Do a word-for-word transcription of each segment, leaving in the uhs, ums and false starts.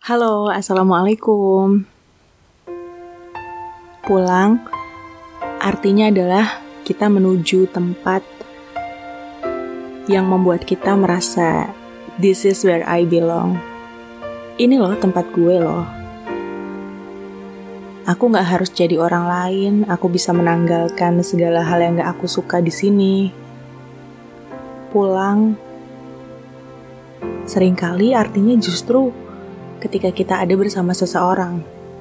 Halo, assalamualaikum. Pulang artinya adalah kita menuju tempat yang membuat kita merasa this is where I belong. Ini loh tempat gue loh. Aku gak harus jadi orang lain. Aku bisa menanggalkan segala hal yang gak aku suka di sini. Pulang seringkali artinya justru ketika kita ada bersama seseorang.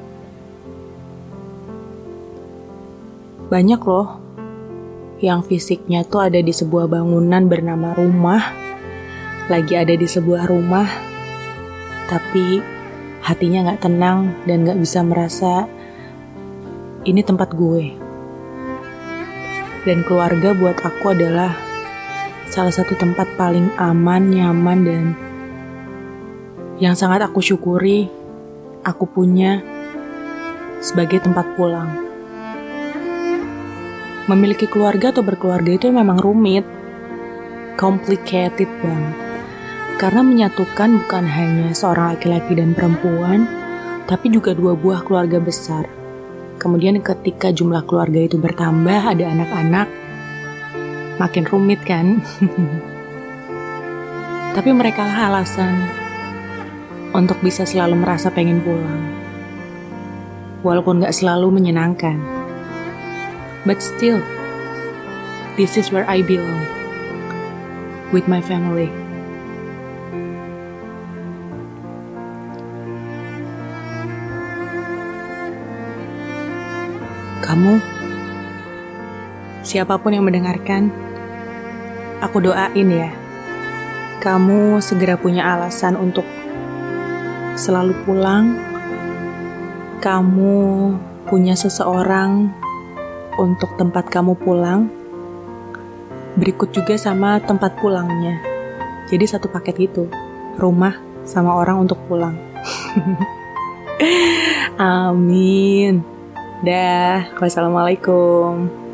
Banyak loh yang fisiknya tuh ada di sebuah bangunan bernama rumah, lagi ada di sebuah rumah, tapi hatinya gak tenang dan gak bisa merasa ini tempat gue. Dan keluarga buat aku adalah salah satu tempat paling aman, nyaman, dan yang sangat aku syukuri aku punya sebagai tempat pulang. Memiliki keluarga atau berkeluarga itu memang rumit, complicated banget. Karena menyatukan bukan hanya seorang laki-laki dan perempuan, tapi juga dua buah keluarga besar. Kemudian ketika jumlah keluarga itu bertambah, ada anak-anak, makin rumit kan? Tapi mereka lah alasan untuk bisa selalu merasa pengen pulang. Walaupun gak selalu menyenangkan. But still, this is where I belong. With my family. Kamu, siapapun yang mendengarkan, aku doain ya, kamu segera punya alasan untuk selalu pulang. Kamu punya seseorang untuk tempat kamu pulang. Berikut juga sama tempat pulangnya. Jadi satu paket itu, rumah sama orang untuk pulang. Amin. Dah, wassalamualaikum.